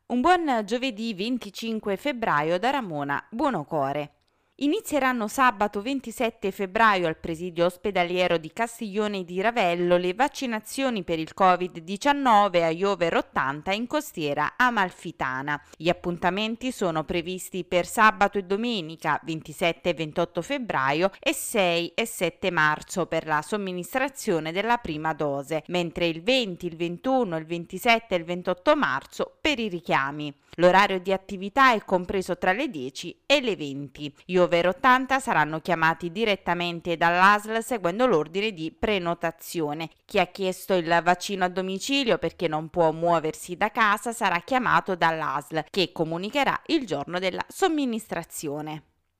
Un buon giovedì 25 febbraio da Ramona Buonocore. Inizieranno sabato 27 febbraio al presidio ospedaliero di Castiglione di Ravello le vaccinazioni per il Covid-19 agli over 80 in costiera amalfitana. Gli appuntamenti sono previsti per sabato e domenica 27 e 28 febbraio e 6 e 7 marzo per la somministrazione della prima dose, mentre il 20, il 21, il 27 e il 28 marzo per i richiami. L'orario di attività è compreso tra le 10 e le 20. Gli over 80 saranno chiamati direttamente dall'ASL seguendo l'ordine di prenotazione. Chi ha chiesto il vaccino a domicilio perché non può muoversi da casa sarà chiamato dall'ASL, che comunicherà il giorno della somministrazione.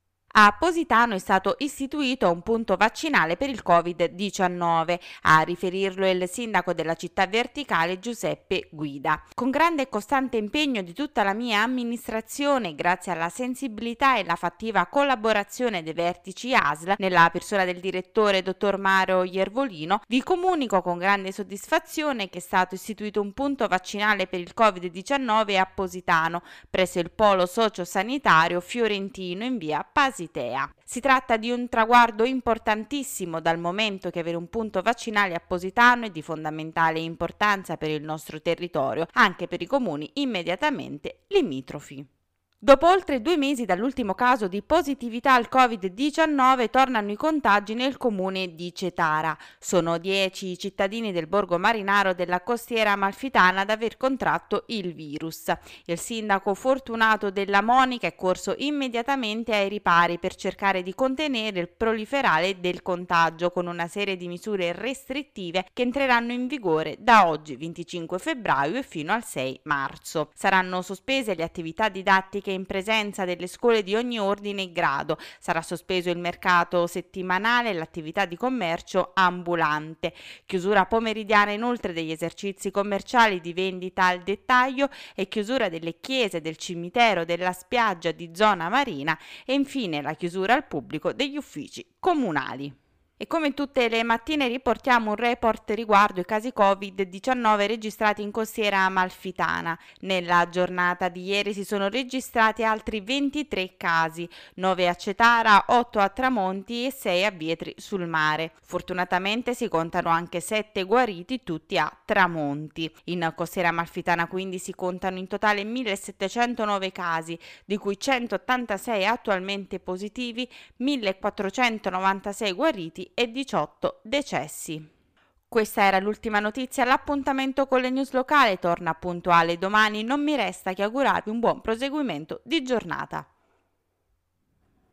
A Positano è stato istituito un punto vaccinale per il Covid-19, a riferirlo è il sindaco della città verticale Giuseppe Guida. Con grande e costante impegno di tutta la mia amministrazione, grazie alla sensibilità e la fattiva collaborazione dei vertici ASL, nella persona del direttore dottor Mario Iervolino, vi comunico con grande soddisfazione che è stato istituito un punto vaccinale per il Covid-19 a Positano, presso il polo sociosanitario fiorentino in via Pasitea. Si tratta di un traguardo importantissimo dal momento che avere un punto vaccinale a Positano è di fondamentale importanza per il nostro territorio, anche per i comuni immediatamente limitrofi. Dopo oltre 2 mesi dall'ultimo caso di positività al Covid-19 tornano i contagi nel comune di Cetara. Sono 10 i cittadini del borgo marinaro della costiera amalfitana ad aver contratto il virus. Il sindaco Fortunato Della Monica è corso immediatamente ai ripari per cercare di contenere il proliferare del contagio con una serie di misure restrittive che entreranno in vigore da oggi 25 febbraio e fino al 6 marzo. Saranno sospese le attività didattiche in presenza delle scuole di ogni ordine e grado, sarà sospeso il mercato settimanale e l'attività di commercio ambulante, chiusura pomeridiana inoltre degli esercizi commerciali di vendita al dettaglio e chiusura delle chiese, del cimitero, della spiaggia di zona marina e infine la chiusura al pubblico degli uffici comunali. E come tutte le mattine riportiamo un report riguardo i casi Covid-19 registrati in costiera amalfitana. Nella giornata di ieri si sono registrati altri 23 casi, 9 a Cetara, 8 a Tramonti e 6 a Vietri sul Mare. Fortunatamente si contano anche 7 guariti, tutti a Tramonti. In costiera amalfitana quindi si contano in totale 1709 casi, di cui 186 attualmente positivi, 1496 guariti e 18 decessi. Questa era l'ultima notizia, l'appuntamento con le news locali torna puntuale domani, non mi resta che augurarvi un buon proseguimento di giornata.